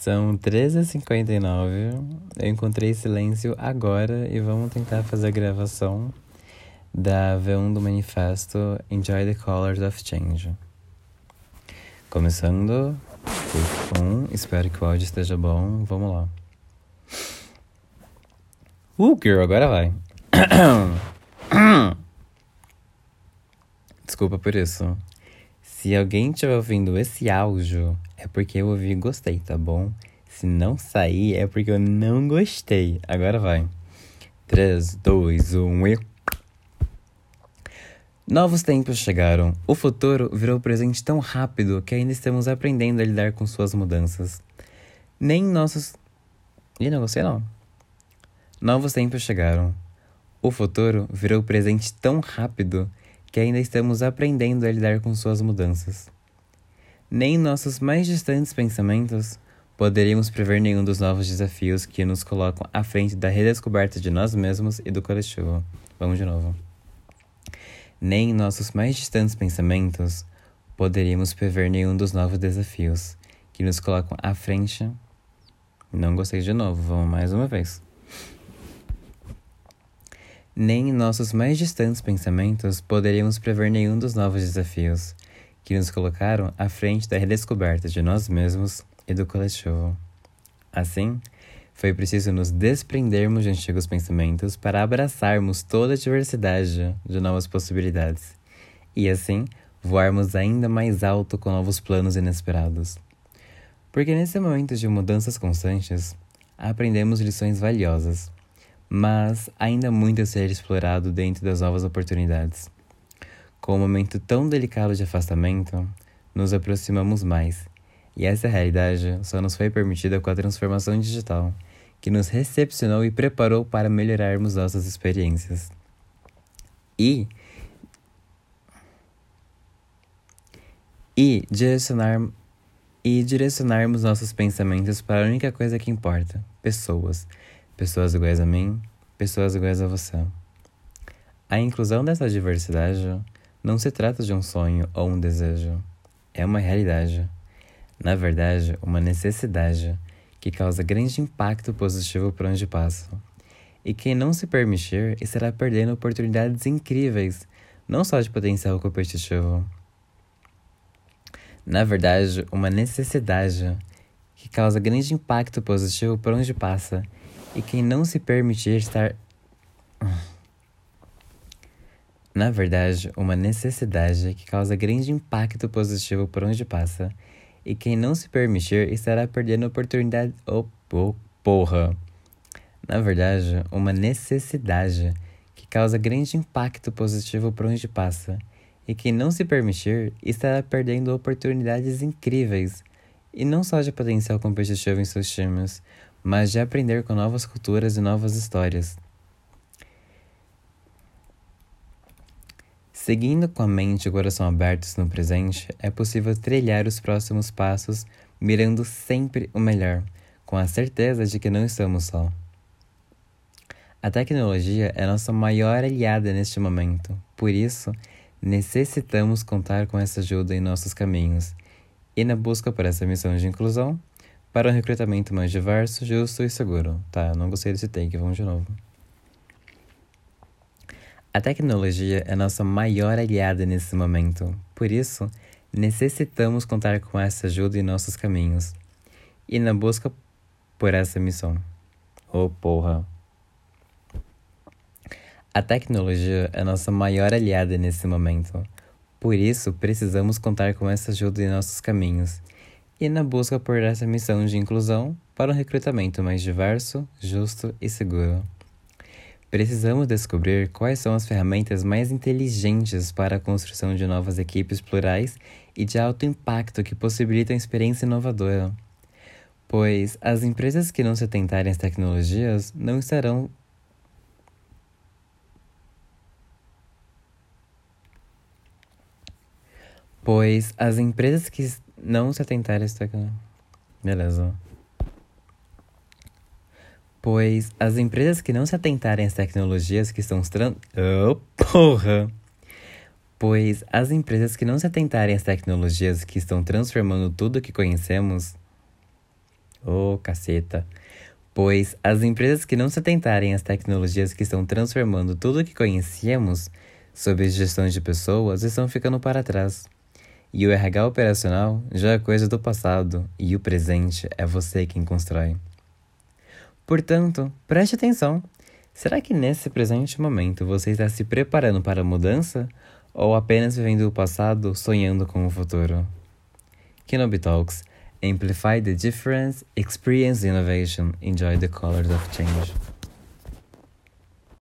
São 13h59. Eu encontrei silêncio agora e vamos tentar fazer a gravação da V1 do manifesto Enjoy the Colors of Change. Começando, take 1, espero que o áudio esteja bom, vamos lá. Girl, agora vai. Desculpa por isso. Se alguém estiver ouvindo esse áudio, é porque eu ouvi e gostei, tá bom? Se não sair, é porque eu não gostei. Agora vai. 3, 2, 1 e... Novos tempos chegaram. O futuro virou presente tão rápido que ainda estamos aprendendo a lidar com suas mudanças. Nem nossos... Ih, não gostei não. Novos tempos chegaram. O futuro virou presente tão rápido que ainda estamos aprendendo a lidar com suas mudanças. Nem em nossos mais distantes pensamentos poderíamos prever nenhum dos novos desafios que nos colocam à frente da redescoberta de nós mesmos e do coletivo. Vamos de novo. Nem em nossos mais distantes pensamentos poderíamos prever nenhum dos novos desafios que nos colocam à frente... Não gostei de novo, vamos mais uma vez. Nem em nossos mais distantes pensamentos poderíamos prever nenhum dos novos desafios que nos colocaram à frente da redescoberta de nós mesmos e do coletivo. Assim, foi preciso nos desprendermos de antigos pensamentos para abraçarmos toda a diversidade de novas possibilidades e, assim, voarmos ainda mais alto com novos planos inesperados. Porque nesse momento de mudanças constantes, aprendemos lições valiosas, mas ainda muito a ser explorado dentro das novas oportunidades. Com um momento tão delicado de afastamento, nos aproximamos mais, e essa realidade só nos foi permitida com a transformação digital, que nos recepcionou e preparou para melhorarmos nossas experiências. E direcionarmos nossos pensamentos para a única coisa que importa: pessoas. Pessoas iguais a mim, pessoas iguais a você. A inclusão dessa diversidade não se trata de um sonho ou um desejo. É uma realidade. Na verdade, uma necessidade que causa grande impacto positivo por onde passa. E quem não se permitir estará perdendo oportunidades incríveis, não só de potencial competitivo. Na verdade, uma necessidade que causa grande impacto positivo por onde passa. E quem não se permitir estar... Na verdade, uma necessidade que causa grande impacto positivo por onde passa. E quem não se permitir estará perdendo oportunidade... porra! Na verdade, uma necessidade que causa grande impacto positivo por onde passa. E quem não se permitir estará perdendo oportunidades incríveis. E não só de potencial competitivo em seus times, mas de aprender com novas culturas e novas histórias. Seguindo com a mente e o coração abertos no presente, é possível trilhar os próximos passos, mirando sempre o melhor, com a certeza de que não estamos só. A tecnologia é nossa maior aliada neste momento, por isso, necessitamos contar com essa ajuda em nossos caminhos, e na busca por essa missão de inclusão, para um recrutamento mais diverso, justo e seguro. Tá, não gostei desse take, vamos de novo. A tecnologia é nossa maior aliada nesse momento. Por isso, necessitamos contar com essa ajuda em nossos caminhos. E na busca por essa missão. Porra. A tecnologia é nossa maior aliada nesse momento. Por isso, precisamos contar com essa ajuda em nossos caminhos. E na busca por essa missão de inclusão para um recrutamento mais diverso, justo e seguro. Precisamos descobrir quais são as ferramentas mais inteligentes para a construção de novas equipes plurais e de alto impacto que possibilitam experiência inovadora. Pois as empresas que não se atentarem às tecnologias não estarão... Beleza. Pois as empresas que não se atentarem às tecnologias que estão Pois as empresas que não se atentarem às tecnologias que estão transformando tudo o que conhecemos... Ô, caceta. Pois as empresas que não se atentarem às tecnologias que estão transformando tudo o que conhecíamos sobre gestão de pessoas estão ficando para trás. E o RH operacional já é coisa do passado e o presente é você quem constrói. Portanto, preste atenção. Será que nesse presente momento você está se preparando para a mudança ou apenas vivendo o passado, sonhando com o futuro? Kinobi Talks. Amplify the difference, experience innovation, enjoy the colors of change.